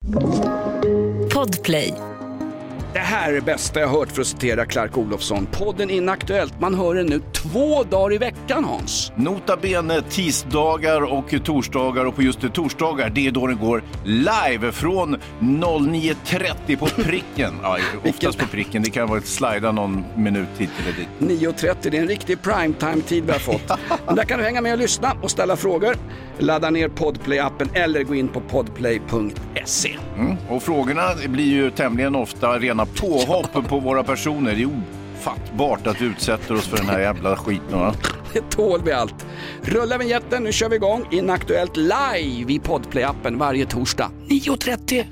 Podplay. Det här är det bästa jag hört, för att citera Clark Olofsson. Podden Inaktuellt, man hör den nu 2 dagar i veckan, Hans. Nota bene, tisdagar och torsdagar, och på just torsdagar, det är då den går live från 09.30 på pricken. Ja, oftast på pricken, det kan vara ett slida någon minut hit eller dit. 9.30, det är en riktig primetime-tid vi har fått. Men där kan du hänga med och lyssna och ställa frågor. Ladda ner Podplay-appen eller gå in på podplay.se. Och frågorna blir ju tämligen ofta rena påhopp på våra personer. Det är ofattbart att vi utsätter oss för den här jävla skiten. Va? Det tål vi allt. Rulla vignetten, nu kör vi igång. Inaktuellt live i Podplay-appen varje torsdag 9.30.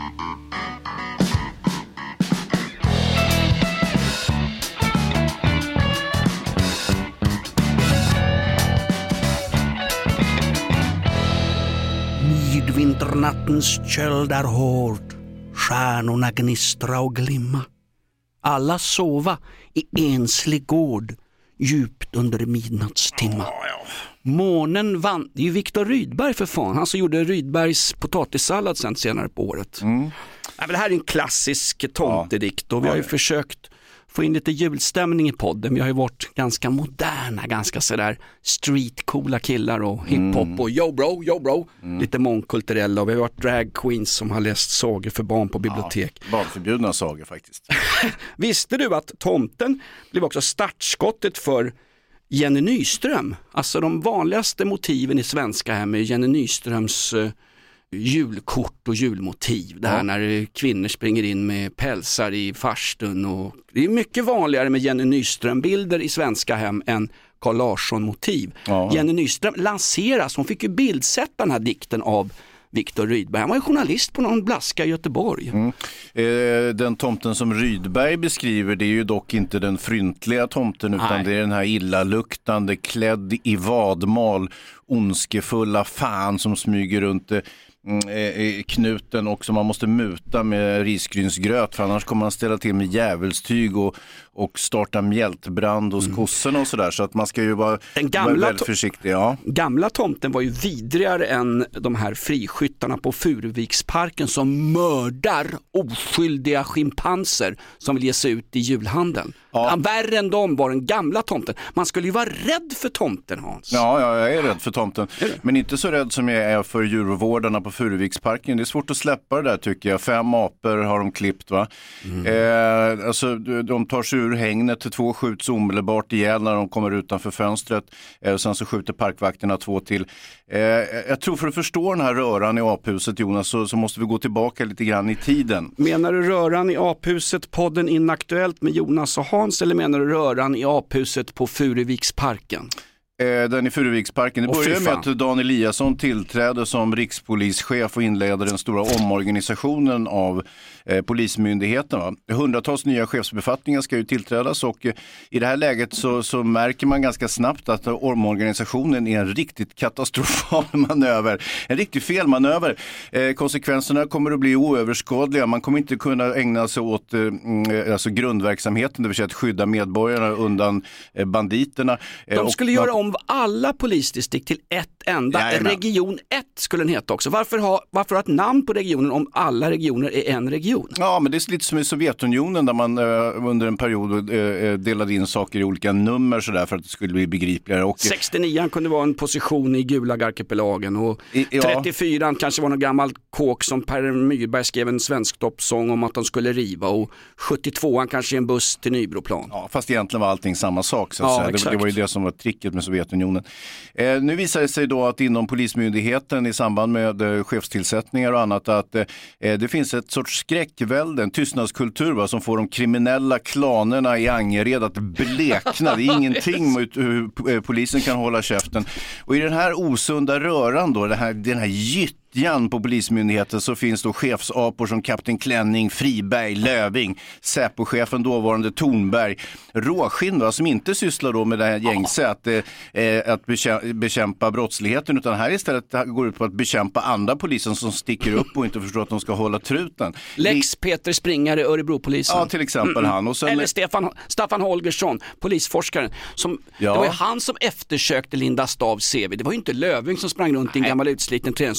Midvinternattens köld är hård, stjärnorna gnistra och glimma. Alla sova i enslig gård, djupt under midnattstimma. Månen vann, det är ju Viktor Rydberg för fan, han som gjorde Rydbergs potatissallad sen senare på året. Det här är en klassisk tomtedikt och vi har ju försökt få in lite julstämning i podden. Vi har ju varit ganska moderna, ganska sådär streetcoola killar och hiphop och yo bro, lite mångkulturella, och vi har varit drag queens som har läst sagor för barn på bibliotek. Barnförbjudna sagor faktiskt. Visste du att tomten blev också startskottet för Jenny Nyström? Alltså de vanligaste motiven i svenska hem är Jenny Nyströms julkort och julmotiv. Det här när kvinnor springer in med pälsar i farstun, och det är mycket vanligare med Jenny Nyström-bilder i svenska hem än Carl Larsson-motiv. Jenny Nyström lanseras, hon fick ju bildsätta den här dikten av Viktor Rydberg. Han var ju journalist på någon blaska i Göteborg. Den tomten som Rydberg beskriver, det är ju dock inte den fryntliga tomten, utan det är den här illaluktande, klädd i vadmal, ondskefulla fan som smyger runt knuten och som man måste muta med risgrynsgröt, för annars kommer man ställa till med djävulstyg och starta mjältbrand hos kossorna och sådär, så att man ska ju vara väldigt försiktig. Gamla tomten var ju vidrigare än de här friskyttarna på Furuviksparken som mördar oskyldiga schimpanser som vill ge sig ut i julhandeln. Värre än dem var den gamla tomten. Man skulle ju vara rädd för tomten, Hans. Ja, jag är rädd för tomten. Men inte så rädd som jag är för djurvårdarna på Furuviksparken. Det är svårt att släppa det där, tycker jag. 5 apor har de klippt, va? Alltså, de tar sig ur hängnet, 2 skjuts omedelbart ihjäl när de kommer utanför fönstret. Och sen så skjuter parkvakterna 2 till. Jag tror, för att förstå den här röran i aphuset, Jonas, så måste vi gå tillbaka lite grann i tiden. Menar du röran i aphuset, podden Inaktuellt med Jonas och Hans, eller menar du röran i aphuset på Furuviksparken? Den i Furuviksparken. Det börjar med att Dan Eliasson tillträdde som rikspolischef och inledde den stora omorganisationen av polismyndigheten. Va? 100-tals nya chefsbefattningar ska ju tillträdas, och i det här läget så märker man ganska snabbt att omorganisationen är en riktigt katastrofal manöver. En riktigt felmanöver. Konsekvenserna kommer att bli oöverskådliga. Man kommer inte kunna ägna sig åt alltså grundverksamheten, det vill säga att skydda medborgarna undan banditerna. De skulle göra om alla polisdistrikt till ett enda. Region 1 skulle den heta också. Varför ha ett namn på regionen om alla regioner är en region? Ja, men det är lite som i Sovjetunionen där man under en period delade in saker i olika nummer så där för att det skulle bli begripligare. Och 69 kunde vara en position i Gulagarkipelagen, och 34 kanske var någon gammal kåk som Per Myrberg skrev en svensktoppsång om att de skulle riva, och 72 kanske en buss till Nybroplan. Ja, fast egentligen var allting samma sak, så att säga. Det var ju det som var tricket med Sovjetunionen. Nu visar det sig då att inom polismyndigheten i samband med chefstillsättningar och annat att det finns ett sorts skräckvälde, en tystnadskultur som får de kriminella klanerna i Angered att blekna. Det är ingenting mot hur polisen kan hålla käften. Och i den här osunda röran då, den här gyttjan på polismyndigheten, så finns då chefsapor som Kapten Klänning, Friberg, Löving, Säpochefen dåvarande Thornberg, Råskinn, som inte sysslar då med det här gängse att bekämpa brottsligheten, utan här istället går ut på att bekämpa andra polisen som sticker upp och inte förstår att de ska hålla truten. Lex Peter Springare, Örebropolisen. Ja, till exempel han. Och sen... Eller Staffan Holgersson, polisforskaren. Det var ju han som eftersökte Linda Stavs CV. Det var ju inte Löving som sprang runt i en gammal utsliten träningsoverall och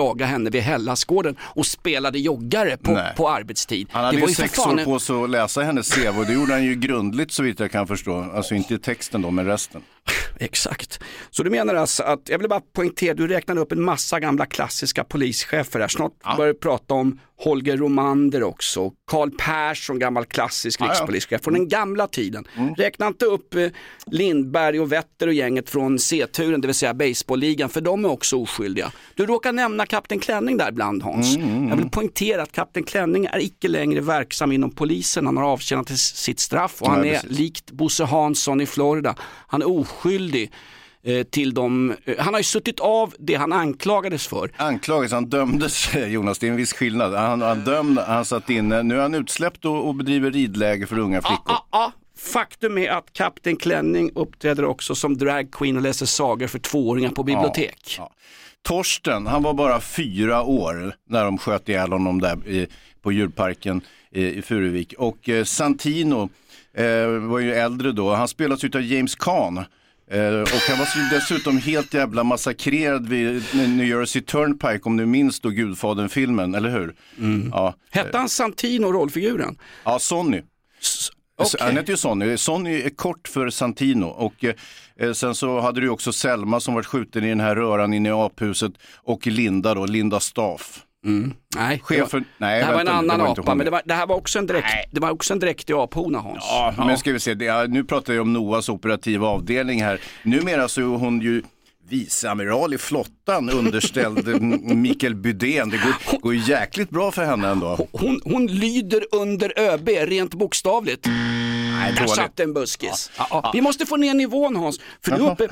jaga henne vid Hellasgården och spelade joggare på arbetstid. Han hade ju 6 år på sig att läsa hennes CV och det gjorde han ju grundligt så vitt jag kan förstå. Alltså inte texten då, men resten. Exakt. Så du menar alltså att, jag vill bara poängtera, du räknade upp en massa gamla klassiska polischefer här. Snart börjar du prata om Holger Romander också. Carl Persson, gammal klassisk rikspolischef från den gamla tiden. Räkna inte upp Lindberg och Wetter och gänget från C-turen, det vill säga baseballligan, för de är också oskyldiga. Du råkar nämna Kapten Klänning där ibland, Hans. Jag vill poängtera att Kapten Klänning är icke längre verksam inom polisen. Han har avtjänat sitt straff och han är likt Bosse Hansson i Florida. Han är oskyldig till han har ju suttit av det han anklagades för. Han dömdes, Jonas, det är en viss skillnad. Han satt inne, nu är han utsläppt och bedriver ridläger för unga flickor. Faktum är att Kapten Klänning uppträder också som drag queen och läser sagor för 2-åringar på bibliotek. Torsten, han var bara 4 år när de sköt ihjäl honom där på djurparken i Furuvik. Och Santino var ju äldre då. Han spelas utav James Caan. Och han var dessutom helt jävla massakrerad vid New Jersey Turnpike, om du minns då Gudfadern-filmen, eller hur? Hette han Santino, rollfiguren? Ja, Sonny. Okay. Han heter ju Sonny. Sonny är kort för Santino. Och sen så hade du också Selma som var skjuten i den här röran inne i aphuset. Och Linda Staff. Nej, chefen, det här var en annan apa, men det här var också en dräktig aphona, Hans. Ja, men ska vi se, nu pratar jag om Noahs operativa avdelning här. Numera så är hon ju viceamiral i flottan, underställd Mikael Bydén. Det går ju jäkligt bra för henne ändå. Hon lyder under ÖB, rent bokstavligt. Nej, där satt en buskis. Vi måste få ner nivån, Hans. För du uppe...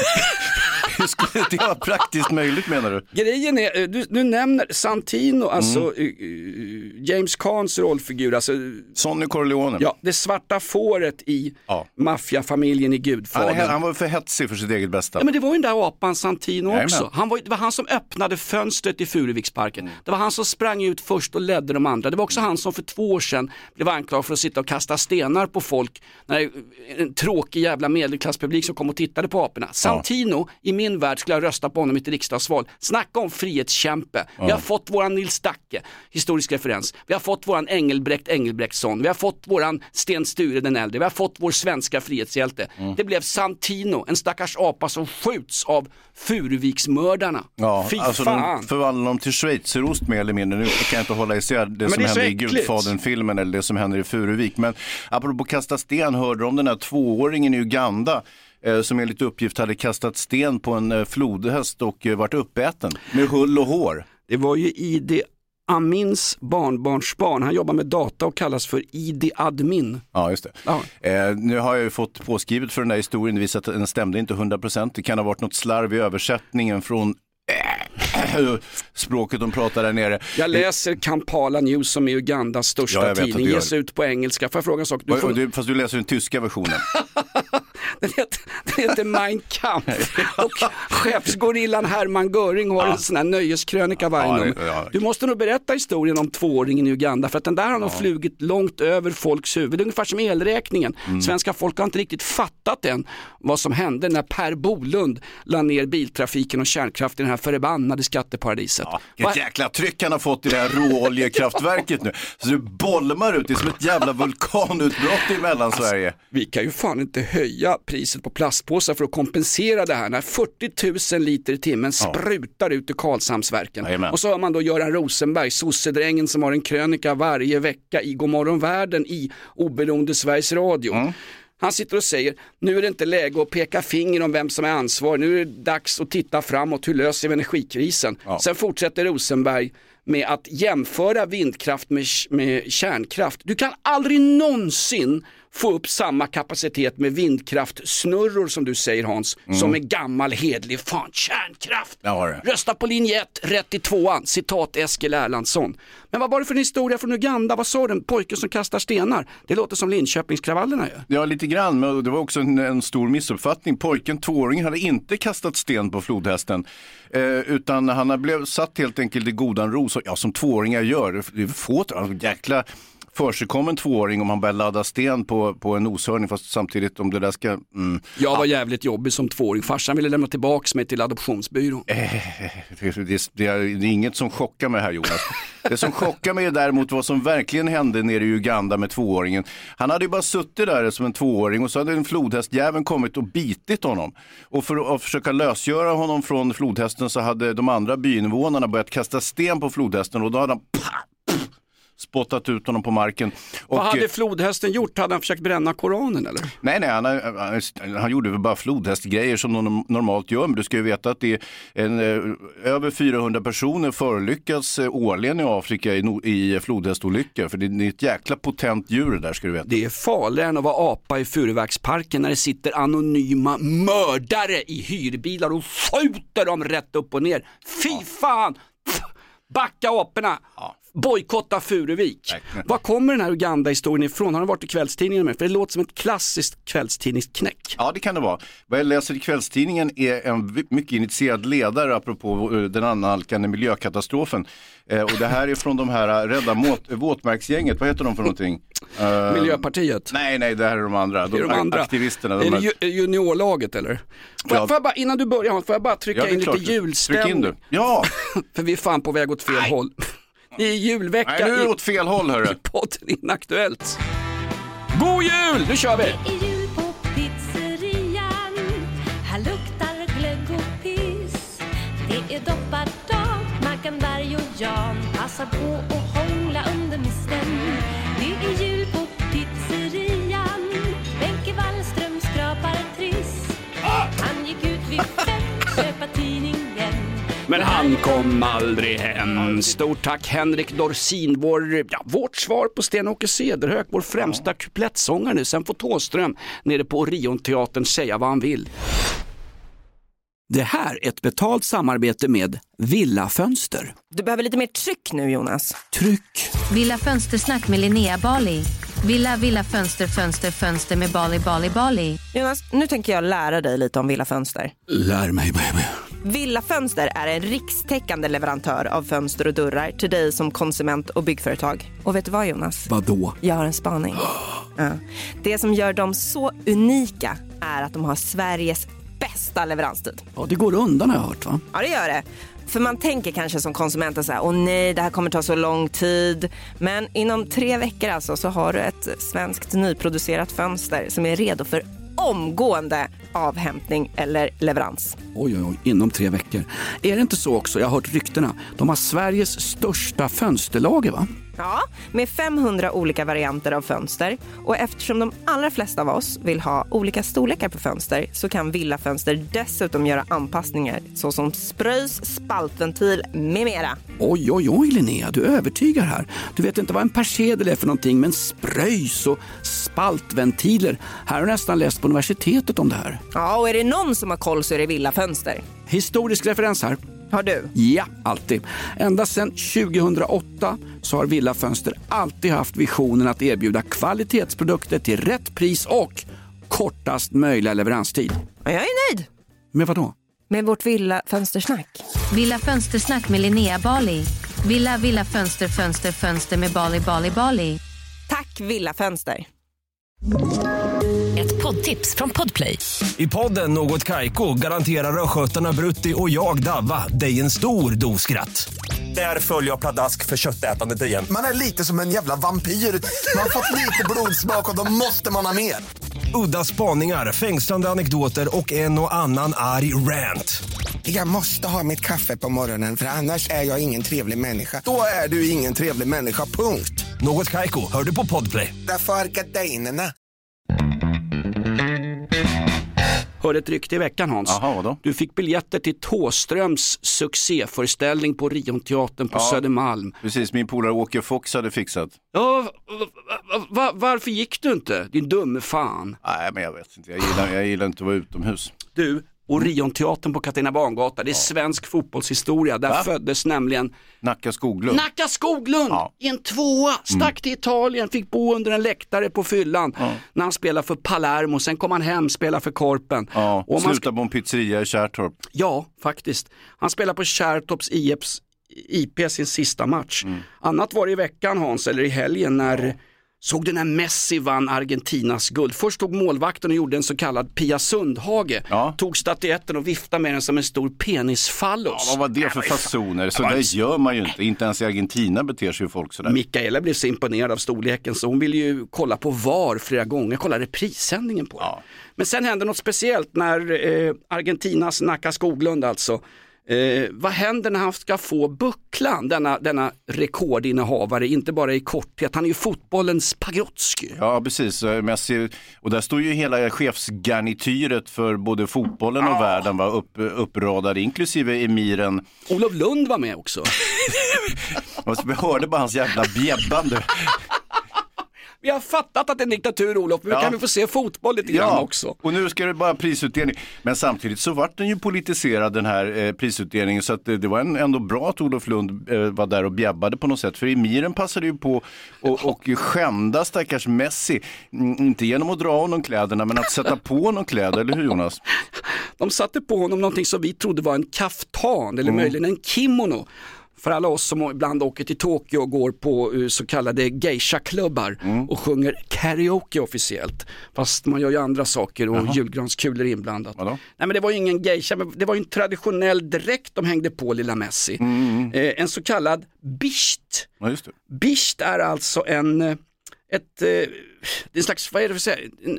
Hur skulle det vara praktiskt möjligt, menar du? Grejen är, du nämner Santino, alltså James Caans rollfigur, alltså Sonny Corleone. Ja, det svarta fåret i maffiafamiljen i Gudfadern. Han var för hetsig för sitt eget bästa. Ja, men det var ju den där apan Santino också. Det var han som öppnade fönstret i Furuviksparken. Det var han som sprang ut först och ledde de andra. Det var också han som för 2 år sedan blev anklagad för att sitta och kasta stenar på folk när en tråkig jävla medelklasspublik som kom och tittade på aporna. Santino, i min värld skulle jag rösta på honom i ett riksdagsval. Snacka om frihetskämpe. Vi har fått våran Nils Dacke, historisk referens. Vi har fått våran Engelbrektsson. Vi har fått våran Sten Sture den äldre. Vi har fått vår svenska frihetshjälte. Det blev Santino, en stackars apa som skjuts av Furuviksmördarna. Fy alltså fan. De förvandlar dem till schweizerost mer eller mindre. Nu kan jag inte hålla isär det som händer i Gudfadern-filmen eller det som händer i Furuvik. Men apropå kasta sten, hörde om den här 2-åringen i Uganda som enligt uppgift hade kastat sten på en flodhäst och varit uppäten med hull och hår. Det var ju Idi Amins barnbarnsbarn. Han jobbar med data och kallas för Idi Admin. Ja, just det. Nu har jag ju fått påskrivet för den där historien. Det visar att den stämde inte 100%. Det kan ha varit något slarv i översättningen från språket de pratar där nere. Jag läser Kampala News som är Ugandas största tidning. Ges ut på engelska. Får jag fråga en sak? Fast du läser den tyska versionen. Den heter Mein Kampf. Och chefsgorillan Hermann Göring har en sån här nöjeskrönika varje nummer. Du måste nog berätta historien om 2-åringen i Uganda, för att den där har nog flugit långt över folks huvud. Ungefär som elräkningen. Svenska folk har inte riktigt fattat än vad som hände när Per Bolund la ner biltrafiken och kärnkraft i den här förbannade skatteparadiset. Ett jäkla tryck han har fått i det här råoljekraftverket nu. Så du bolmar ut, det är som ett jävla vulkanutbrott i Mellansverige. Vi kan ju fan inte höja priset på plastpåsar för att kompensera det här när 40 000 liter i timmen sprutar ut ur Karlshamnsverken. Amen. Och så har man då Göran Rosenberg, sossedrängen som har en krönika varje vecka i Godmorgon Världen i oberoende Sveriges Radio. Han sitter och säger, nu är det inte läge att peka finger om vem som är ansvarig. Nu är det dags att titta framåt, hur löser vi energikrisen? Sen fortsätter Rosenberg med att jämföra vindkraft med kärnkraft. Du kan aldrig någonsin få upp samma kapacitet med vindkraftsnurror som du säger, Hans, som en gammal hedlig kärnkraft. Rösta på linje 1, rätt i 2an, citat Eskil Erlandsson. Men vad var det för en historia från Uganda? Vad sa den? Pojken som kastar stenar. Det låter som Linköpingskravallerna gör. Ja, lite grann, men det var också en stor missuppfattning. Pojken, 2-åringen, hade inte kastat sten på flodhästen, utan han blev satt helt enkelt i godan ro, som 2-åringar gör. Det är få jäkla försigkommen 2-åring om han börjar ladda sten på en noshörning, fast samtidigt om det där ska... Jag var jävligt jobbig som 2-åring. Farsan ville lämna tillbaka mig till adoptionsbyrån. Det är inget som chockar mig här, Jonas. Det som chockar mig är däremot vad som verkligen hände nere i Uganda med 2-åringen. Han hade ju bara suttit där som en 2-åring och så hade en flodhästjäveln kommit och bitit honom. Och för att försöka lösgöra honom från flodhästen så hade de andra byinvånarna börjat kasta sten på flodhästen och då hade han spottat ut honom på marken. Vad hade flodhästen gjort? Hade han försökt bränna Koranen eller? Nej, han gjorde väl bara flodhästgrejer som de normalt gör. Men du ska ju veta att det är över 400 personer förolyckas årligen i Afrika i flodhästolyckor. För det är ett jäkla potent djur där, ska du veta. Det är farligare än att vara apa i Furuverksparken när det sitter anonyma mördare i hyrbilar och skjuter dem rätt upp och ner. Fy fan! Backa aporna! Ja. Bojkotta Furuvik. Var kommer den här Uganda-historien ifrån? Har den varit i kvällstidningen med? För det låter som ett klassiskt kvällstidningsknäck. Ja, det kan det vara. Vad jag läser i kvällstidningen är en mycket initierad ledare apropå den annalkande miljökatastrofen. Och det här är från de här rädda våtmarksgänget. Vad heter de för någonting? Miljöpartiet? Nej, det här är de andra. Aktivisterna. Är det juniorlaget eller? Får jag bara, innan du börjar, får jag bara trycka in lite julstämning? Tryck in du. Ja! För vi är fan på väg åt fel håll. I julvecka. Nej, nu är det åt fel håll, hörru. Podden Inaktuellt. God jul, nu kör vi! Det är jul på pizzerian. Här luktar glögg och piss. Det är doppadag, Mackenberg och Jan passar på att hångla under misten. Det är jul på pizzerian. Benke Wallström skrapar triss. Han gick ut vid 5, köpa tidningen. Men han kom aldrig hem. Stort tack Henrik Dorsin, vårt svar på Sten-Åke Cederhök, vår främsta kuplettsångare nu. Sen får Thåström nere på Orionteatern säga vad han vill. Det här är ett betalt samarbete med Villa Fönster. Du behöver lite mer tryck nu, Jonas. Tryck. Villa Fönstersnack med Linnea Bali. Villa Fönster med Bali. Jonas, nu tänker jag lära dig lite om Villa Fönster. Lär mig, baby. Villa Fönster är en rikstäckande leverantör av fönster och dörrar till dig som konsument och byggföretag. Och vet du vad, Jonas? Vadå? Jag har en spaning. Ja. Det som gör dem så unika är att de har Sveriges bästa leveranstid. Ja, det går undan har jag hört, va? Ja, det gör det. För man tänker kanske som konsument så här, åh nej, det här kommer ta så lång tid. Men inom 3 veckor alltså så har du ett svenskt nyproducerat fönster som är redo för omgående avhämtning eller leverans. Oj, inom 3 veckor. Är det inte så också? Jag har hört ryktena. De har Sveriges största fönsterlager, va? Ja, med 500 olika varianter av fönster. Och eftersom de allra flesta av oss vill ha olika storlekar på fönster så kan Villa Fönster dessutom göra anpassningar såsom spröjs, spaltventil med mera. Oj, Linnea, du övertygar här. Du vet inte vad en persedel är för någonting, men spröjs och spaltventiler. Här har jag nästan läst på universitetet om det här. Ja, och är det någon som har koll så är det Villa Fönster. Historisk referens här. Har du? Ja, alltid. Ända sedan 2008 så har Villa Fönster alltid haft visionen att erbjuda kvalitetsprodukter till rätt pris och kortast möjliga leveranstid. Ja, jag är nöjd. Med vad då? Med vårt Villa Fönstersnack. Villa Fönstersnack med Linnea Bali. Villa Fönster med Bali. Tack Villa Fönster. Ett poddtips från Podplay. I podden Något Kaiko garanterar röskötarna Brutti och jag Davva dig en stor doskratt. Där följer jag pladask för köttätandet igen. Man är lite som en jävla vampyr. Man har fått lite blodsmak och då måste man ha mer. Udda spaningar, fängslande anekdoter och en och annan arg rant. Jag måste ha mitt kaffe på morgonen för annars är jag ingen trevlig människa. Då är du ingen trevlig människa, punkt. Något Kaiko, hör du på Podplay. Därför är gardinerna. Hörde ett rykte i veckan, Hans. Jaha, vadå? Du fick biljetter till Thåströms succéföreställning på Orionteatern på Södermalm. Precis, min polare Åke Fox hade fixat. Ja, varför gick du inte? Din dumme fan. Nej, men jag vet inte. Jag gillar inte att vara utomhus. Du, Orionteatern på Katarina Barngatan, det är svensk fotbollshistoria. Där föddes nämligen Nacka Skoglund. I en 2:a, stack till Italien, fick bo under en läktare på fyllan när han spelade för Palermo. Sen kom han hem, spelade för Korpen. Ja, och slutade på en pizzeria i Kärrtorp. Ja, faktiskt. Han spelade på Kärrtorps IP sin sista match. Annat var det i veckan, Hans, eller i helgen när såg du när Messi vann Argentinas guld. Först tog målvakten och gjorde en så kallad Pia Sundhage. Tog statyetten och viftade med den som en stor penisfallos. Vad var det för fasoner? Så det gör man ju inte. Inte ens i Argentina beter sig ju folk sådär. Mikaela blev så imponerad av storleken så hon ville ju kolla på VAR flera gånger. Kolla reprissändningen på det. Men sen hände något speciellt när Argentinas Nacka Skoglund alltså. Vad händer när han ska få bucklan, denna rekordinnehavare, inte bara i korthet, han är ju fotbollens Pagrotsky. Ja, precis. Messi, och där står ju hela chefsgarnityret för både fotbollen och världen var uppradade, inklusive emiren. Olof Lund var med också. Vi hörde bara hans jävla bjäbbande. Vi har fattat att det är en diktatur, Olof, men kan vi få se fotboll lite grann också. Och nu ska det bara prisutdelning. Men samtidigt så vart den ju politiserad, den här prisutdelningen, så att det var ändå bra att Olof Lund var där och bjäbbade på något sätt. För emiren passade ju på och skända stackars Messi, inte genom att dra av någon kläderna, men att sätta på någon kläder, eller hur Jonas? De satte på honom någonting som vi trodde var en kaftan, eller möjligen en kimono. För alla oss som ibland åker till Tokyo och går på så kallade geisha-klubbar och sjunger karaoke officiellt. Fast man gör ju andra saker och julgranskulor inblandat. Nej, men det var ju ingen geisha, men det var ju en traditionell dräkt de hängde på lilla Messi. En så kallad bisht. Ja, just det. Bisht är alltså en slags, vad är det för säga,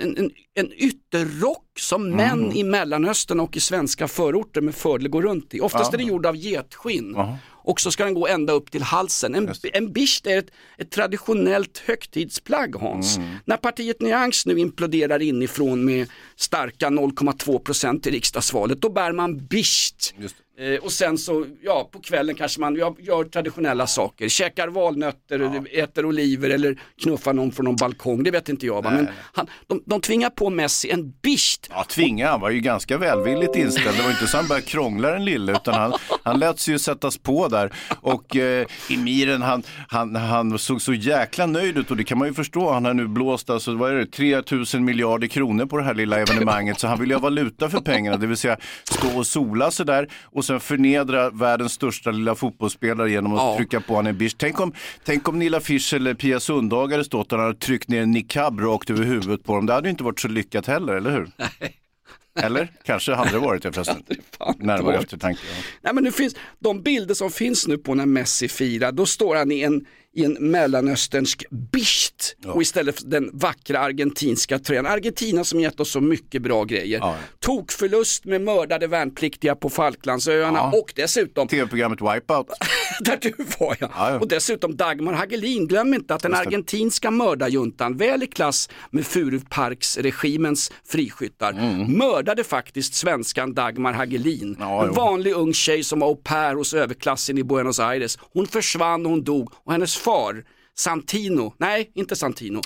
en ytterrock som män i Mellanöstern och i svenska förorter med fördel går runt i. Oftast är det gjord av getskinn. Och så ska den gå ända upp till halsen. En bisht är ett traditionellt högtidsplagg, Hans. När partiet Nyans nu imploderar inifrån med starka 0,2% i riksdagsvalet, då bär man bisht. Och sen så, på kvällen kanske man gör traditionella saker. Käkar valnötter, äter oliver eller knuffar någon från någon balkong. Det vet inte jag. Men de tvingar på Messi en bisht. Ja, han var ju ganska välvilligt inställd. Det var inte så han började krångla den lille, utan han lät sig ju sättas på där. Och emiren, han såg så jäkla nöjd ut, och det kan man ju förstå. Han har nu blåst alltså, vad är det, 3000 miljarder kronor på det här lilla evenemanget. Så han vill ju ha valuta för pengarna, det vill säga stå och sola sig där och sen förnedra världens största lilla fotbollsspelare genom att trycka på han en bish. Tänk om Nilla Fischer eller Pia Sundhage hade stått och hade tryckt ner en niqab rakt över huvudet på dem. Det hade ju inte varit så lyckat heller, eller hur? Nej. Eller? Kanske hade det varit det förresten. Närmare eftertanke. Nej, men nu finns de bilder som finns nu på när Messi firar. Då står han i en mellanösternsk bisht och istället för den vackra argentinska tröjan. Argentina som gett oss så mycket bra grejer. Tokförlust med mördade värnpliktiga på Falklandsöarna och dessutom TV-programmet Wipeout. Där du var, Och dessutom Dagmar Hagelin. Glöm inte att den argentinska mördarjuntan, väl i klass med Furuparksregimens friskyttar, mördade faktiskt svenskan Dagmar Hagelin. En vanlig ung tjej som var au pair hos överklassen i Buenos Aires. Hon försvann och hon dog. Och hennes far, Santino, nej inte Santino,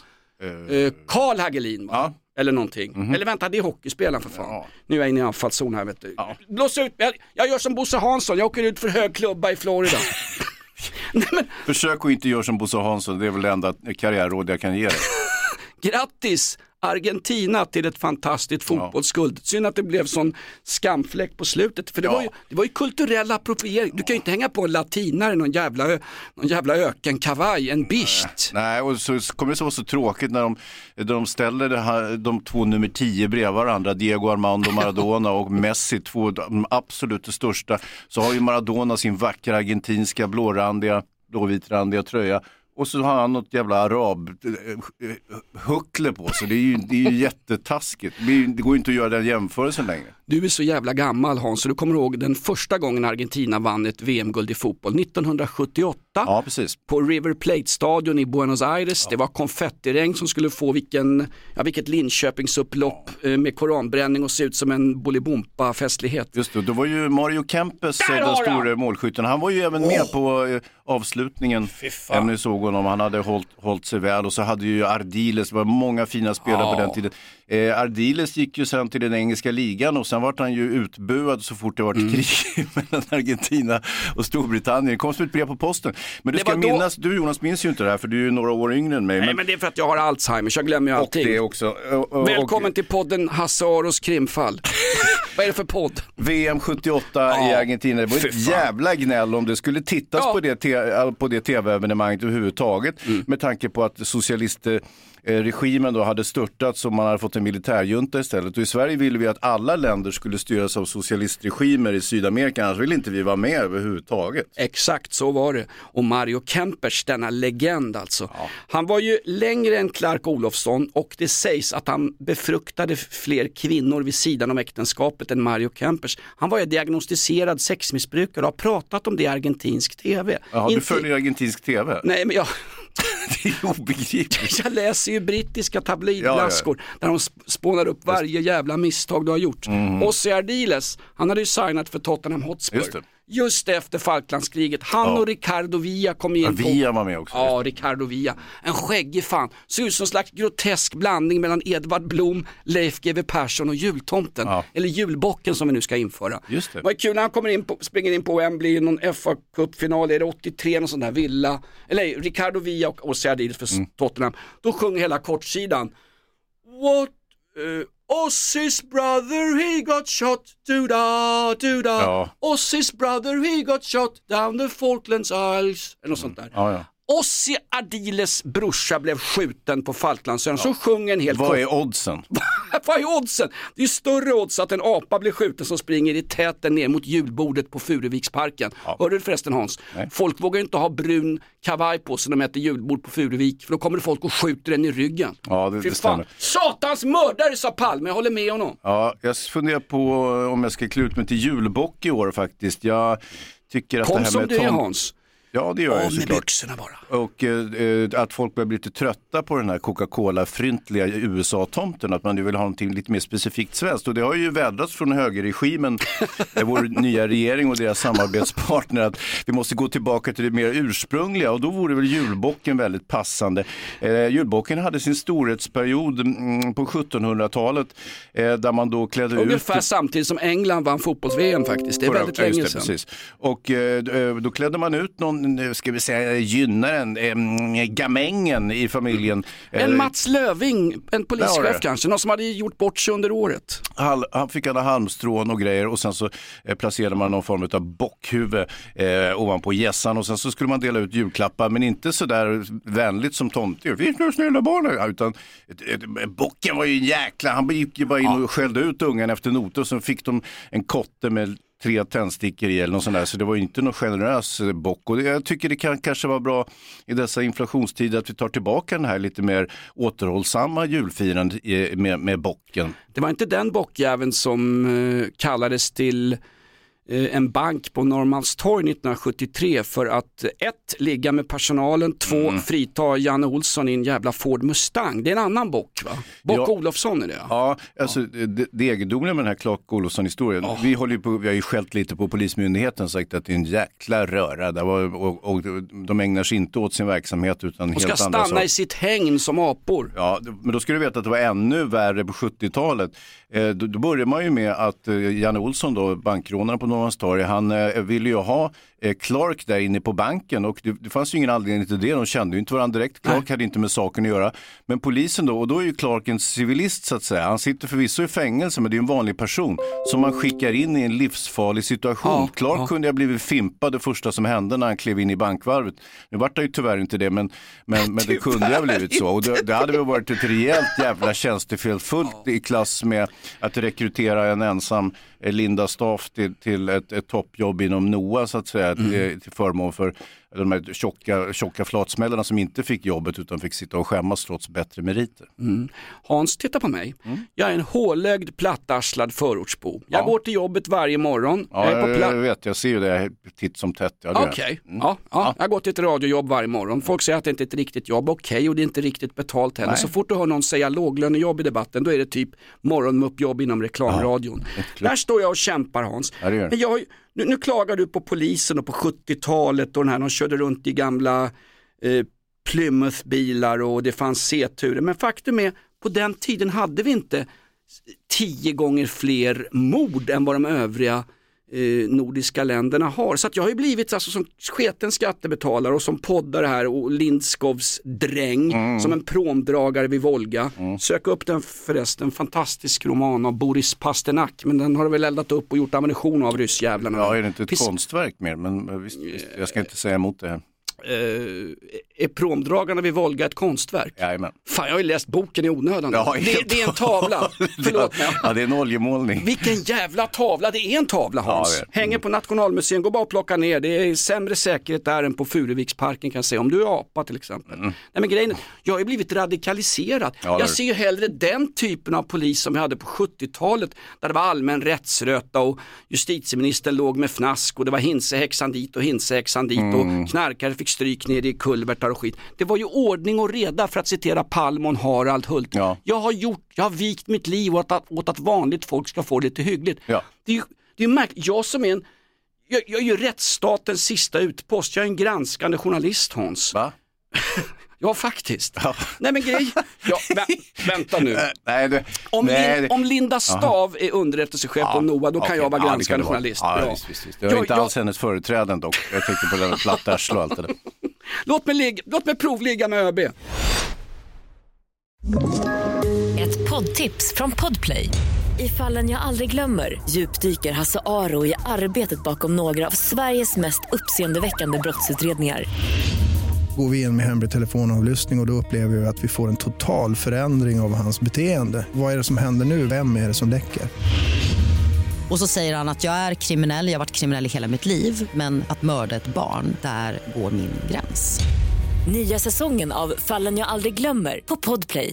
Carl Hagelin eller någonting. Eller vänta, det är hockeyspelaren för fan. Nu är jag inne i anfallszon här, vet du. Blås ut, jag gör som Bosse Hansson, jag åker ut för hög klubba i Florida. Nej, men... Försök att inte göra som Bosse Hansson, det är väl det enda karriärråd jag kan ge dig. Grattis Argentina till ett fantastiskt fotbollsskuld. Synd att det blev sån skamfläck på slutet. För det var ju kulturell appropriering. Du kan ju inte hänga på en latinare, någon jävla ökenkavaj, en bisht. Nej, och så kommer det vara så tråkigt när de ställer de två nummer 10 bredvid varandra, Diego Armando Maradona och Messi, två de absolut största. Så har ju Maradona sin vackra argentinska blåvitrandiga tröja. Och så har han något jävla arab-huckle på sig. Det är ju jättetaskigt. Det går inte att göra den jämförelsen längre. Du är så jävla gammal, Hans, så du kommer ihåg den första gången Argentina vann ett VM-guld i fotboll 1978. Ja, precis. På River Plate-stadion i Buenos Aires. Det var konfettiregn som skulle få vilket Linköpingsupplopp med koranbränning och se ut som en Bolibompa-festlighet. Just det, då var ju Mario Kempes den stora målskytten. Han var ju även med på avslutningen. Även ni såg honom, han hade hållit sig väl. Och så hade ju Ardiles, det var många fina spelare på den tiden. Ardiles gick ju sen till den engelska ligan och sen var han ju utbuad så fort det var krig mellan Argentina och Storbritannien. Det kom som ett brev på posten. Men du ska minnas, du Jonas minns ju inte det här för du är ju några år yngre än mig. Nej, men det är för att jag har Alzheimer så jag glömmer ju allting. Och det också. Välkommen till podden Hasse Aros krimfall. Vad är det för podd? VM 78 i Argentina. Det var ett jävla gnäll om det skulle tittas på det tv-evenemanget överhuvudtaget. Med tanke på att socialistregimen då hade störtats och man hade fått en militärjunta istället. Och i Sverige ville vi att alla länder skulle styras av socialistregimer i Sydamerika. Annars ville inte vi vara med överhuvudtaget. Exakt så var det. Och Mario Kempers, denna legend alltså. Ja. Han var ju längre än Clark Olofsson och det sägs att han befruktade fler kvinnor vid sidan om äktenskapet än Mario Kempers. Han var ju diagnostiserad sexmissbrukare och har pratat om det i argentinsk tv. Ja, du följer argentinsk tv? Nej, men det är obegripligt. Jag läser ju brittiska tabloidblaskor där de spånar upp varje jävla misstag du har gjort. Ossi Ardiles, han hade ju signat för Tottenham Hotspur. Just efter Falklandskriget. Han och Ricardo Villa kom in på... Villa var med också. Ja, Ricardo Villa. En skäggig fan. Ser ut som en slags grotesk blandning mellan Edvard Blom, Leif GW Persson och jultomten. Ja. Eller julbocken som vi nu ska införa. Just det. Vad är kul när han springer in på Wembley i någon FA-cupfinal. Är det 83 någon sån där Villa? Eller Ricardo Villa och Ossi Ardiles för Tottenham. Då sjunger hela kortsidan. What... Ossi's brother, he got shot, do-da. Ja. Ossi's brother, he got shot down the Falklands Isles. Eller något sånt där. Ja. Ossi Ardiles brorsa blev skjuten på Falklandsön. Så sjunger en helt... Vad är oddsen? Vad är oddsen? Det är större odds att en apa blir skjuten som springer i täten ner mot julbordet på Furuviksparken. Ja. Hörde du förresten, Hans? Nej. Folk vågar inte ha brun kavaj på sig när de äter julbord på Furuvik. För då kommer det folk och skjuter den i ryggen. Ja, det stämmer. Satans mördare, sa Palme. Jag håller med honom. Ja, jag funderar på om jag ska klä ut mig till julbock i år faktiskt. Jag tycker att Kom det här som med du är, Hans. Ja, det gör jag med byxorna bara. Och att folk börjar bli lite trötta på den här Coca-Cola-fryntliga USA-tomten. Att man nu vill ha någonting lite mer specifikt svenskt. Och det har ju vädrats från högerregimen, vår nya regering och deras samarbetspartner, att vi måste gå tillbaka till det mer ursprungliga. Och då vore väl julbocken väldigt passande. Julbocken hade sin storhetsperiod på 1700-talet där man då klädde ungefär samtidigt som England vann fotbolls-VM faktiskt. Det är väldigt länge sedan. Precis. Och då klädde man ut någon, ska vi säga, gynnaren, gamängen i familjen. En Mats Löving, en polischef kanske, någon som hade gjort bort sig under året. Han fick alla halmstrån och grejer och sen så placerade man någon form av bockhuvud ovanpå gässan och sen så skulle man dela ut julklappar, men inte så där vänligt som tomte. Vi är snälla barn, utan bocken var ju en jäkla, han gick ju bara in och skällde ut ungan efter noter och så fick de en kotte med 3 tändstickor i eller något sånt där, så det var ju inte någon generös bock. Och jag tycker det kan kanske vara bra i dessa inflationstider att vi tar tillbaka den här lite mer återhållsamma julfirandet med bocken. Det var inte den bockjäveln som kallades till en bank på Norrmalmstorg 1973 för att 1. ligga med personalen, 2. frita Janne Olsson i en jävla Ford Mustang. Det är en annan bock, va? Bock Olofsson är det. Ja, alltså det egendomliga med den här Clark Olofsson-historien. Vi har ju skällt lite på Polismyndigheten, sagt att det är en jäkla röra där och de ägnar sig inte åt sin verksamhet utan helt andra saker. Och ska stanna i sitt hägn som apor. Ja, men då ska du veta att det var ännu värre på 70-talet. Då började man ju med att Janne Olsson då, bankrånaren på Norrmalmstorg, han ville ju ha Clark där inne på banken och det fanns ju ingen anledning till det. De kände ju inte varandra direkt. Clark hade inte med saken att göra. Men polisen då, och då är ju Clark en civilist så att säga. Han sitter förvisso i fängelse, men det är en vanlig person som man skickar in i en livsfarlig situation. Clark kunde ha blivit fimpad det första som hände när han klev in i bankvarvet. Nu var det ju tyvärr inte det, men det kunde ha blivit så. Och det hade väl varit ett rejält jävla tjänstefel fullt i klass med att rekrytera en ensam Linda Staff till ett toppjobb inom NOA så att säga, till förmån för de här tjocka flatsmällarna som inte fick jobbet utan fick sitta och skämmas trots bättre meriter. Hans, titta på mig. Jag är en hålögd, plattarslad förortsbo. Jag går till jobbet varje morgon. Jag vet, jag ser ju det titt som tätt. Okej. Jag går till ett radiojobb varje morgon. Folk säger att det inte är ett riktigt jobb. Okej, och det är inte riktigt betalt heller. Nej. Så fort du hör någon säga låglönejobb i debatten, då är det typ morgonmuppjobb inom reklamradion. Där står jag och kämpar, Hans. Men nu klagar du på polisen och på 70-talet och den här, de körde runt i gamla Plymouth-bilar och det fanns C-turer. Men faktum är, på den tiden hade vi inte 10 gånger fler mord än vad de övriga nordiska länderna har. Så att jag har ju blivit alltså, som sketen skattebetalare och som poddare här och Lindskovs dräng som en promdragare vid Volga. Sök upp den förresten, fantastisk roman av Boris Pasternak, men den har väl eldat upp och gjort ammunition av ryssjävlarna. Ja, är det inte ett konstverk mer? Men visst, jag ska inte säga emot det här. Är promdragarna vid Volga ett konstverk? Jajamän. Fan, jag har ju läst boken i onödan. Ja, det är en tavla. Förlåt mig. Ja, det är en oljemålning. Vilken jävla tavla. Det är en tavla, Hans. Ja, hänger på Nationalmuseum. Gå bara och plocka ner. Det är sämre säkerhet där än på Furuviksparken, kan jag säga. Om du är apa till exempel. Nej, men grejen är, jag har ju blivit radikaliserad. Ja, jag ser ju hellre den typen av polis som vi hade på 70-talet. Där det var allmän rättsröta och justitieministern låg med fnask och det var hinsehäxan dit och hinsehäxan dit och knarkare fick stryk ner i kulvertar och skit. Det var ju ordning och reda, för att citera Palmon Harald Hult. Ja. Jag har vikt mitt liv åt att vanligt folk ska få det lite hyggligt. Ja. Det är ju märkligt. Jag som är jag är ju rättsstatens sista utpost. Jag är en granskande journalist, Hans. Va? Ja, faktiskt. Ja. Nej, men grej. Ja, vänta nu. Om Linda Stav är underrättelsechef på NOA, då kan jag vara granskande journalist. Ja, visst. Det var inte alls hennes företrädande dock. Jag tänkte på den plattarslo och allt det där. Låt mig provligga med ÖB. Ett poddtips från Podplay. I Fallen jag aldrig glömmer djupdyker Hasse Aro i arbetet bakom några av Sveriges mest uppseendeväckande brottsutredningar. Går vi in med hemlig telefonavlyssning och då upplever vi att vi får en total förändring av hans beteende. Vad är det som händer nu? Vem är det som läcker? Och så säger han att jag är kriminell, jag har varit kriminell i hela mitt liv. Men att mörda ett barn, där går min gräns. Nya säsongen av Fallen jag aldrig glömmer på Podplay.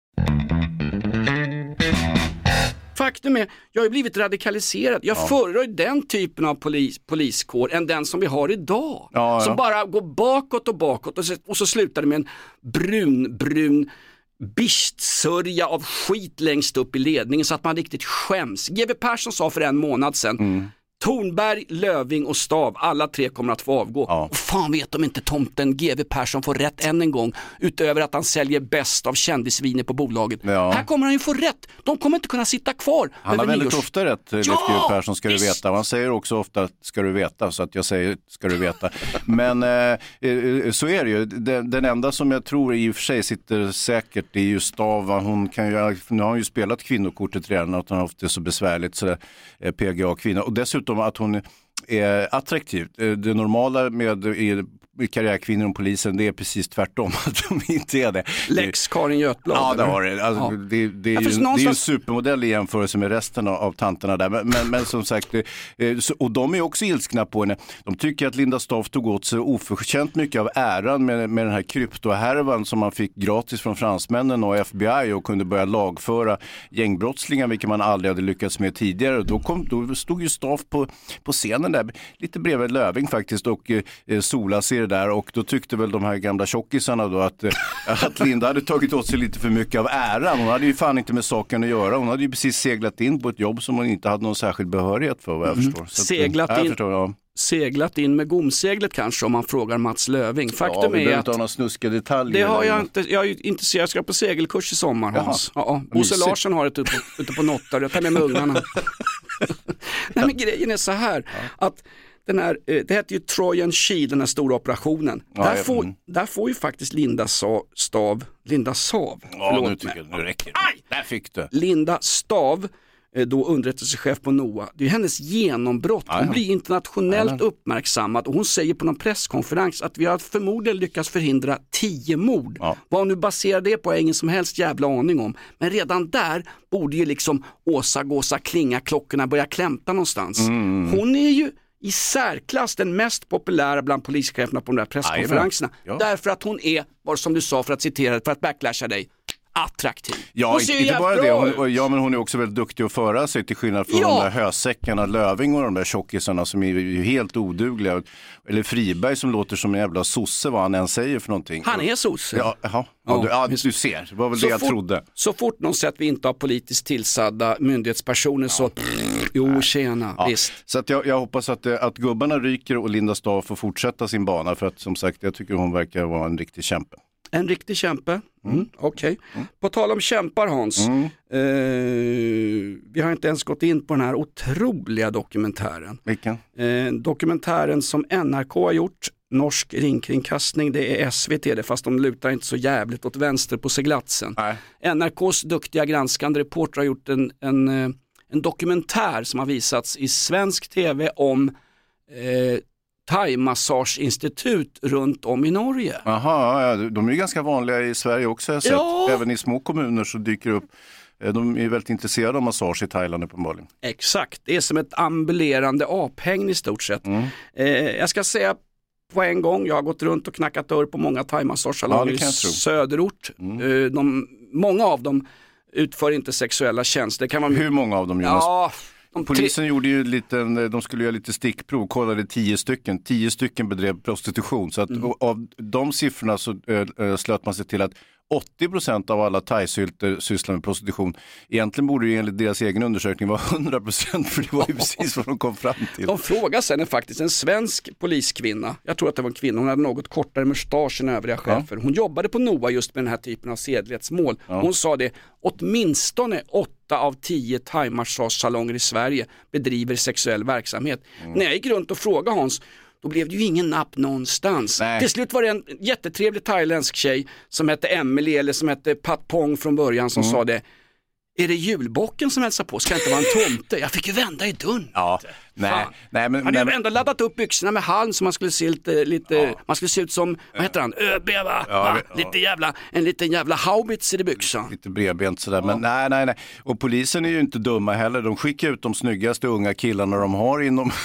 Faktum är, jag har blivit radikaliserad. Jag föredrar den typen av poliskår än den som vi har idag. Som bara går bakåt och så slutar det med en brun bistsörja av skit längst upp i ledningen så att man riktigt skäms. G.W. Persson sa för en månad sedan Thornberg, Löving och Stav, alla tre kommer att få avgå. Och fan vet om inte tomten G.W. Persson får rätt än en gång, utöver att han säljer bäst av kändisviner på bolaget. Här kommer han ju få rätt. De kommer inte kunna sitta kvar. Han har väldigt ofta rätt, G.W. Persson, ska du veta. Han säger också ofta ska du veta, så att jag säger ska du veta. Men så är det ju. Den enda som jag tror i och för sig sitter säkert, det är ju Stav. Nu har hon ju spelat kvinnokortet redan, att hon har haft det så besvärligt, så PGA-kvinna. Och dessutom att hon är attraktiv. Det normala med karriärkvinnor och polisen, det är precis tvärtom, att de inte är det. Lex Karin Götblad. Ja, det har det. Alltså, det är ju en supermodell i jämförelse med resten av tanterna där. Men som sagt, och de är också ilskna på henne. De tycker att Linda Staaf tog åt sig oförtjänt mycket av äran med den här kryptohärvan som man fick gratis från fransmännen och FBI och kunde börja lagföra gängbrottslingar, vilket man aldrig hade lyckats med tidigare. Då stod ju Staaf på scenen där, lite bredvid Löving faktiskt, och sola sig där, och då tyckte väl de här gamla tjockisarna då att Linda hade tagit åt sig lite för mycket av äran. Hon hade ju fan inte med saken att göra. Hon hade ju precis seglat in på ett jobb som hon inte hade någon särskild behörighet för, vad jag förstår. Så seglat in med gomseglet kanske, om man frågar Mats Löving. Faktum är att några snuskiga detaljer. Det har jag inte. Jag är intresserad. Jag ska på segelkurs i sommar, Hans. Bosse Larsson har ett ute på Nottar. Jag tar med ungarna. Nej, men grejen är så här att det heter ju Trojan Shield, den här stora operationen. Där får ju faktiskt Linda Stav. Ja, nu räcker det. Där fick du. Linda Stav, då underrättelsechef på NOA. Det är hennes genombrott. Hon blir internationellt uppmärksammad, och hon säger på någon presskonferens att vi har förmodligen lyckats förhindra 10 mord. Vad hon nu baserar det på är ingen som helst jävla aning om. Men redan där borde ju liksom gåsa klinga, klockorna börja klämta någonstans. Hon är ju i särklass den mest populära bland polischeferna på de där presskonferenserna. Därför att hon är, som du sa, för att backlasha dig, attraktiv. Ja, inte bara det. Men hon är också väldigt duktig att föra sig, till skillnad från de där hösäckarna, Löving och de där tjockisarna som är ju helt odugliga. Eller Friberg som låter som en jävla sosse, vad han än säger för någonting. Han är sosse. Du ser. Det var väl det jag trodde. Så fort någon säger att vi inte har politiskt tillsadda myndighetspersoner så tjena, visst. Så att jag hoppas att gubbarna ryker och Linda Staaf får fortsätta sin bana, för att som sagt, jag tycker hon verkar vara en riktig kämpe. En riktig kämpe. Okej. På tal om kämpar, Hans. Vi har inte ens gått in på den här otroliga dokumentären. Vilken? Dokumentären som NRK har gjort. Norsk ringkringkastning, det är SVT det, fast de lutar inte så jävligt åt vänster på seglatsen. NRKs duktiga granskande reporter har gjort en dokumentär som har visats i svensk tv om thai-massageinstitut runt om i Norge. Jaha, de är ju ganska vanliga i Sverige också, jag har sett. Även i små kommuner så dyker upp. De är väldigt intresserade av massage i Thailand uppenbarligen. Exakt, det är som ett ambulerande aphägn i stort sett. Jag ska säga på en gång, jag har gått runt och knackat dörr på många thai-massagesalonger i söderort. Många av dem utför inte sexuella tjänster. Hur många av dem, Jonas? Ja, polisen gjorde ju de skulle göra lite stickprov, kollade 10 stycken. 10 stycken bedrev prostitution. Så att av de siffrorna så slöt man sig till att 80% av alla thai-sylter sysslar med prostitution. Egentligen borde det enligt deras egen undersökning vara 100%, för det var ju precis vad de kom fram till. De frågar sen faktiskt en svensk poliskvinna, jag tror att det var en kvinna, hon hade något kortare mustasch än övriga chefer. Hon jobbade på NOA just med den här typen av sedlighetsmål. Hon sa det, åtminstone 8 av 10 thai-massagesalonger i Sverige bedriver sexuell verksamhet. När jag gick runt och frågade Hans, då blev det ju ingen napp någonstans. Till slut var det en jättetrevlig thailändsk tjej som hette Emily eller som hette Pat Pong från början som sa det. Är det julbocken som hälsar på? Ska inte vara en tomte? Jag fick ju vända i dörren. Ja, men hade ändå laddat upp byxorna med halm så man skulle se lite man skulle se ut som, vad heter han? ÖB va? En liten jävla haubitser i byxan. Lite bredbent sådär, men nej. Och polisen är ju inte dumma heller. De skickar ut de snyggaste unga killarna de har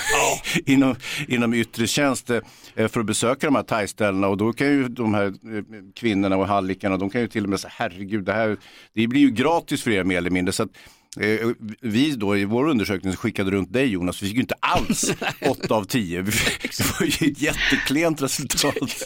inom yttre tjänst för att besöka de här thai-ställena, och då kan ju de här kvinnorna och hallickarna, de kan ju till och med säga, herregud, det blir ju gratis för er mer eller mindre, så att vi då i vår undersökning skickade runt dig, Jonas, vi fick ju inte alls 8 av 10. Det var ju ett jätteklent resultat.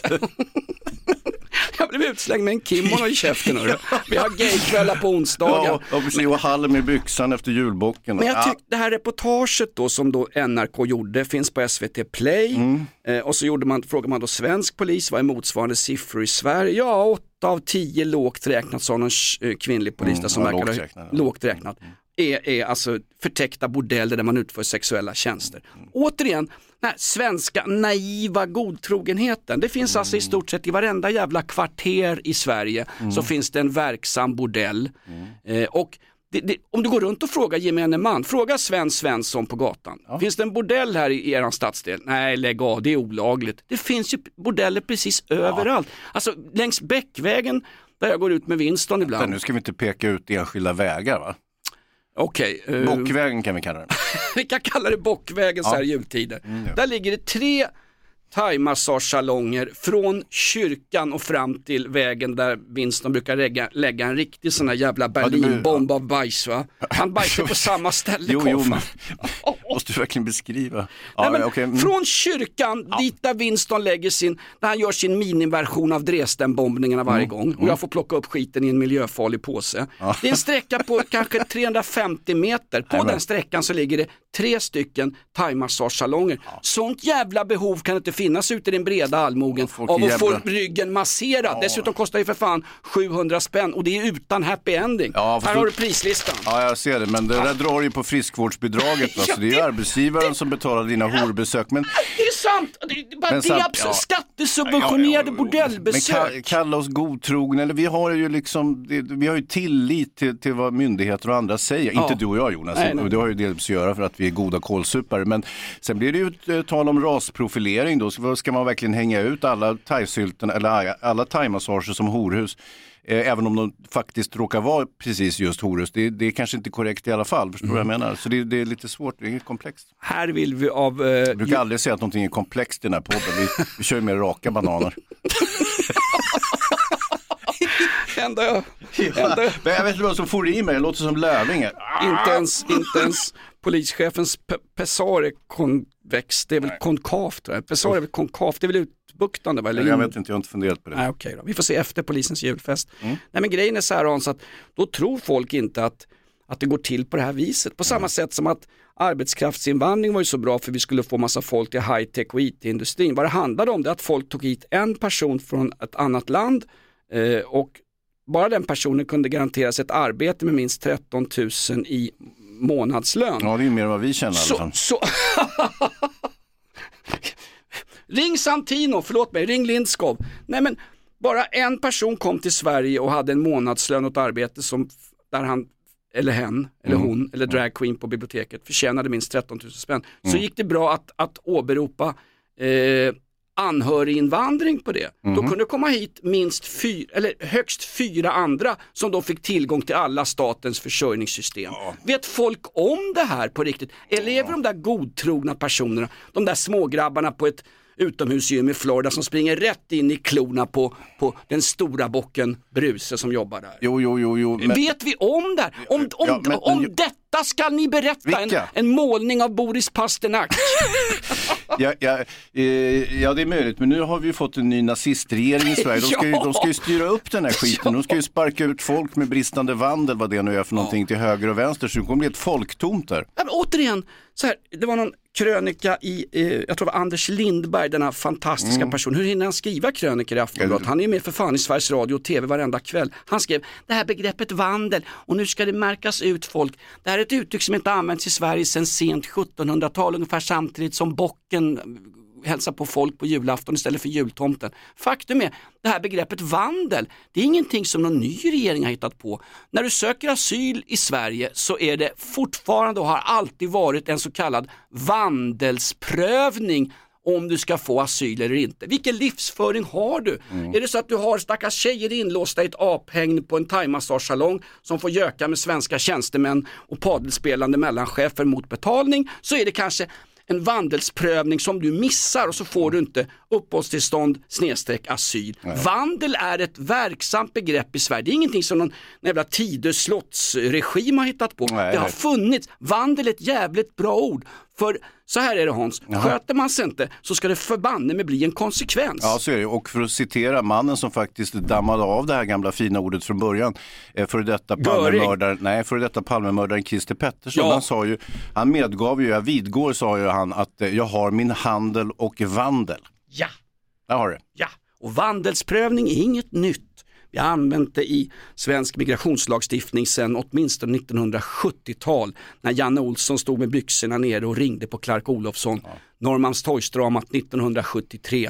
Jag blev utslängd med en kimono i käften. Vi har gaykvällar på onsdagar. Ja, precis, och halm i byxan efter julbocken. Men jag tyckte det här reportaget då som då NRK gjorde finns på SVT Play. Och så frågade man då svensk polis, vad är motsvarande siffror i Sverige? Ja, 8 av 10 lågt räknat, sa någon kvinnlig polis där som verkar lågt räknat. Är alltså förtäckta bordeller där man utför sexuella tjänster. Återigen, den här svenska naiva godtrogenheten. Det finns alltså i stort sett i varenda jävla kvarter i Sverige så finns det en verksam bordell. Och om du går runt och frågar gemene man, fråga Svensson på gatan. Finns det en bordell här i er stadsdel? Nej, lägg av, det är olagligt. Det finns ju bordeller precis överallt. Alltså längs Bäckvägen där jag går ut med Winston ibland. Nu ska vi inte peka ut enskilda vägar, va? Okej. Bockvägen kan vi kalla det. Vi kan kalla det Bockvägen så här jultider. Där ligger det 3 thai-massagesalonger från kyrkan och fram till vägen där Winston brukar lägga en riktig sån här jävla Berlinbomb av bajs, va? Han bajsar på samma ställe. Jo, men måste du verkligen beskriva? Från kyrkan dit där Winston där han gör sin miniversion av Dresden-bombningarna varje gång. Och jag får plocka upp skiten i en miljöfarlig påse. Det är en sträcka på kanske 350 meter. På den sträckan så ligger det 3 stycken thai-massagesalonger. Sånt jävla behov kan inte finnas ute i den breda allmogen av att få ryggen masserad. Dessutom kostar det för fan 700 spänn och det är utan happy ending. Här har du prislistan. Ja, jag ser det, men det där drar ju på friskvårdsbidraget. Så det är ju arbetsgivaren som betalar dina horbesök. Men det är sant. Det är skattesubventionerade bordellbesök. Men kalla oss godtrogna, eller vi har ju tillit till vad myndigheter och andra säger. Inte du och jag, Jonas. Nej. Det har ju delvis att göra för att vi är goda kålsupare. Men sen blir det ju ett tal om rasprofilering då. Så ska man verkligen hänga ut alla thai-sylten eller alla thai-massager som horhus? Även om de faktiskt råkar vara precis just horhus. Det är kanske inte korrekt i alla fall, förstår du vad jag menar? Så det är lite svårt, det är komplext. Här vill vi jag brukar aldrig säga att någonting är komplext i den här podden. Vi kör ju med raka bananer. Jag vet inte vad som får i mig, det låter som Lövinge. Inte ens polischefens pessar är konvex, det är väl konkavt. Pessar är väl konkavt, det är väl utbuktande, va? Jag vet inte, jag har inte funderat på det. Nej, okej då. Vi får se efter polisens julfest. Nej, men grejen är så här, Hans, att då tror folk inte att det går till på det här viset. På samma sätt som att arbetskraftsinvandring var ju så bra för vi skulle få massa folk till high-tech och IT-industrin. Vad det handlade om det att folk tog hit en person från ett annat land Och bara den personen kunde garanteras ett arbete med minst 13 000 i månadslön. Ja, det är mer än vad vi känner i alla fall. Ring Santino, förlåt mig, ring Lindskov. Nej, men bara en person kom till Sverige och hade en månadslön åt arbete där han eller hen, eller hon, eller drag queen på biblioteket förtjänade minst 13 000 spänn. Så gick det bra att åberopa anhöriginvandring på det. Då kunde det komma hit högst 4 andra som då fick tillgång till alla statens försörjningssystem. Vet folk om det här på riktigt? Eller de där godtrogna personerna, de där smågrabbarna på ett utomhusgym i Florida som springer rätt in i klorna på den stora bocken Bruse som jobbar där. Jo. Men... Vet vi om det? Om detta ska ni berätta en målning av Boris Pasternak. Ja, det är möjligt, men nu har vi fått en ny nazistregering i Sverige. De ska ju styra upp den här skiten. De ska ju sparka ut folk med bristande vandel, vad det nu är för någonting, till höger och vänster. Så det kommer bli ett folktomt där. Ja, men återigen, så här, det var någon krönika i, jag tror det var Anders Lindberg, denna fantastiska person. Hur hinner han skriva krönikor i Aftonbladet? Han är ju med för fan i Sveriges Radio och TV varenda kväll. Han skrev, det här begreppet vandel, och nu ska det märkas ut folk. Det här är ett uttryck som inte används i Sverige sedan sent 1700-tal, ungefär samtidigt som bocken hälsa på folk på julafton istället för jultomten. Faktum är, det här begreppet vandel, det är ingenting som någon ny regering har hittat på. När du söker asyl i Sverige så är det fortfarande och har alltid varit en så kallad vandelsprövning om du ska få asyl eller inte. Vilken livsföring har du? Är det så att du har stackars tjejer inlåsta i ett aphägn på en thaimassagesalong som får göka med svenska tjänstemän och padelspelande mellanchefer mot betalning, så är det kanske en vandelsprövning som du missar och så får du inte uppehållstillstånd / asyl. Nej. Vandel är ett verksamt begrepp i Sverige. Det är ingenting som någon jävla Tidö slottsregim har hittat på. Det har funnits. Vandel är ett jävligt bra ord. För så här är det, Hans. Sköter man sig inte så ska det förbanne med bli en konsekvens. Ja, så är det. Och för att citera mannen som faktiskt dammade av det här gamla fina ordet från början, för detta Palmemördaren Christer Pettersson, han medgav ju, sa han att jag har min handel och vandel. Ja. Jag har det. Ja, och vandelsprövning är inget nytt. Vi har använt det i svensk migrationslagstiftning sedan åtminstone 1970-tal när Janne Olsson stod med byxorna nere och ringde på Clark Olofsson. Norrmalmstorgsdramat 1973.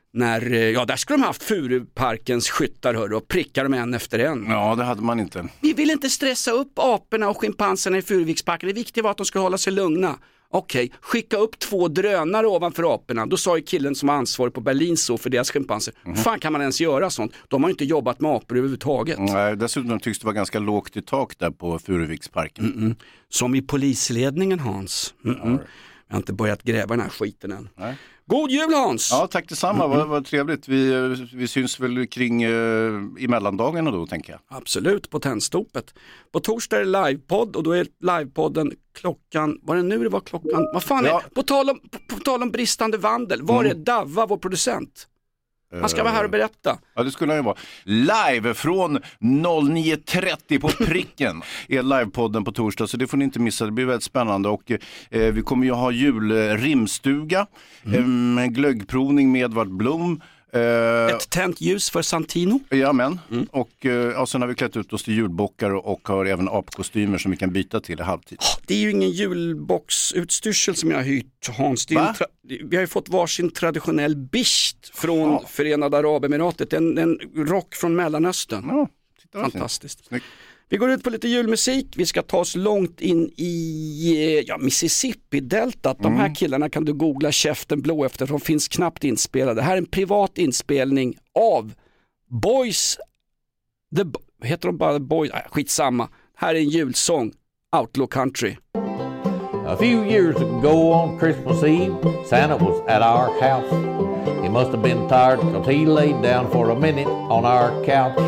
Där skulle de haft Furuparkens skyttar och pricka dem en efter en. Ja, det hade man inte. Vi vill inte stressa upp aporna och schimpanserna i Furuviksparken. Det viktiga var att de skulle hålla sig lugna. Okej, skicka upp 2 drönare ovanför aporna. Då sa ju killen som var ansvarig på Berlin så för deras schimpanser. Hur fan kan man ens göra sånt? De har ju inte jobbat med apor överhuvudtaget. Nej, dessutom tycks det vara ganska lågt i tak där på Furuviksparken. Som i polisledningen, Hans. Jag har inte börjat gräva den här skiten än. Nej. God jul, Hans! Ja, tack detsamma. Vad trevligt. Vi syns väl kring i mellandagarna då, tänker jag. Absolut, på Tennstopet. På torsdag är det livepodd och då är livepodden klockan... Var det nu det var klockan? Vad fan är på tal om bristande vandel. Var är Davva, vår producent? Han ska vara här och berätta. Ja, det skulle han ju vara. Live från 09.30 på pricken är livepodden på torsdag, så det får ni inte missa. Det blir väldigt spännande och vi kommer ju ha julrimstuga, glöggprovning med Edvard Blom. Ett tänt ljus för Santino. Jajamän. Och sen har vi klätt ut oss till julbockar och har även apkostymer som vi kan byta till i halvtid. Det är ju ingen julboxutstyrsel som jag har hyrt, Hans. Vi har ju fått varsin traditionell bisht från Förenade Arabemiratet. En rock från Mellanöstern. Ja, fantastiskt. Snyggt. Vi går ut på lite julmusik. Vi ska ta oss långt in i Mississippi-deltat. De här killarna kan du googla käften blå efter. De finns knappt inspelade. Här är en privat inspelning av Boys. Heter de bara Boys? Skitsamma. Här är en julsång. Outlaw Country. A few years ago on Christmas Eve, Santa was at our house. He must have been tired because he laid down for a minute on our couch.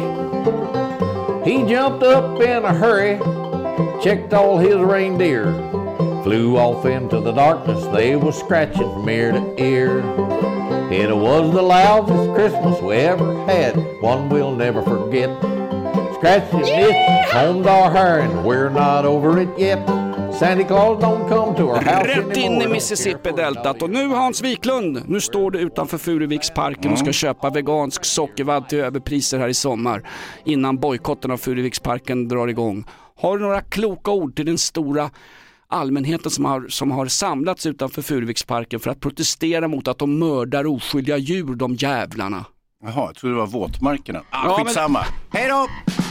He jumped up in a hurry, checked all his reindeer, flew off into the darkness, they was scratching from ear to ear. It was the loudest Christmas we ever had, one we'll never forget. Scratching itches, combed our hair and we're not over it yet. Santa Claus don't come to our house Rätt in i Mississippi-deltat. Och nu Hans Wiklund, nu står du utanför Furuviksparken och ska köpa vegansk sockervadd till överpriser här i sommar innan bojkotten av Furuviksparken drar igång. Har du några kloka ord till den stora allmänheten som har samlats utanför Furuviksparken för att protestera mot att de mördar oskyldiga djur, de jävlarna? Jaha, jag tror det var våtmarkerna. Skitsamma. Hej då!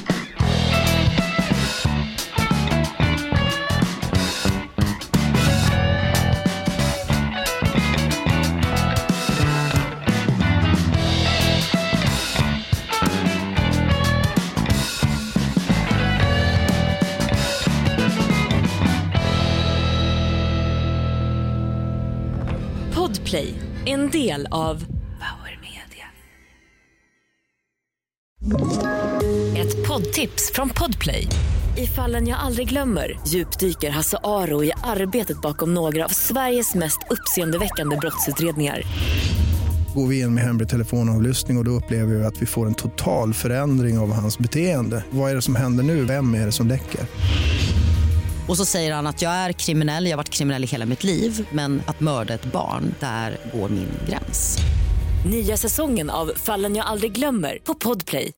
Podplay, en del av Power Media. Ett poddtips från Podplay. I Fallen jag aldrig glömmer djupdyker Hasse Aro i arbetet bakom några av Sveriges mest uppseendeväckande brottsutredningar. Går vi in med hemlig telefonavlyssning och då upplever vi att vi får en total förändring av hans beteende. Vad är det som händer nu? Vem är det som läcker? Och så säger han att jag är kriminell, jag har varit kriminell i hela mitt liv. Men att mörda ett barn, där går min gräns. Nya säsongen av Fallen jag aldrig glömmer på Podplay.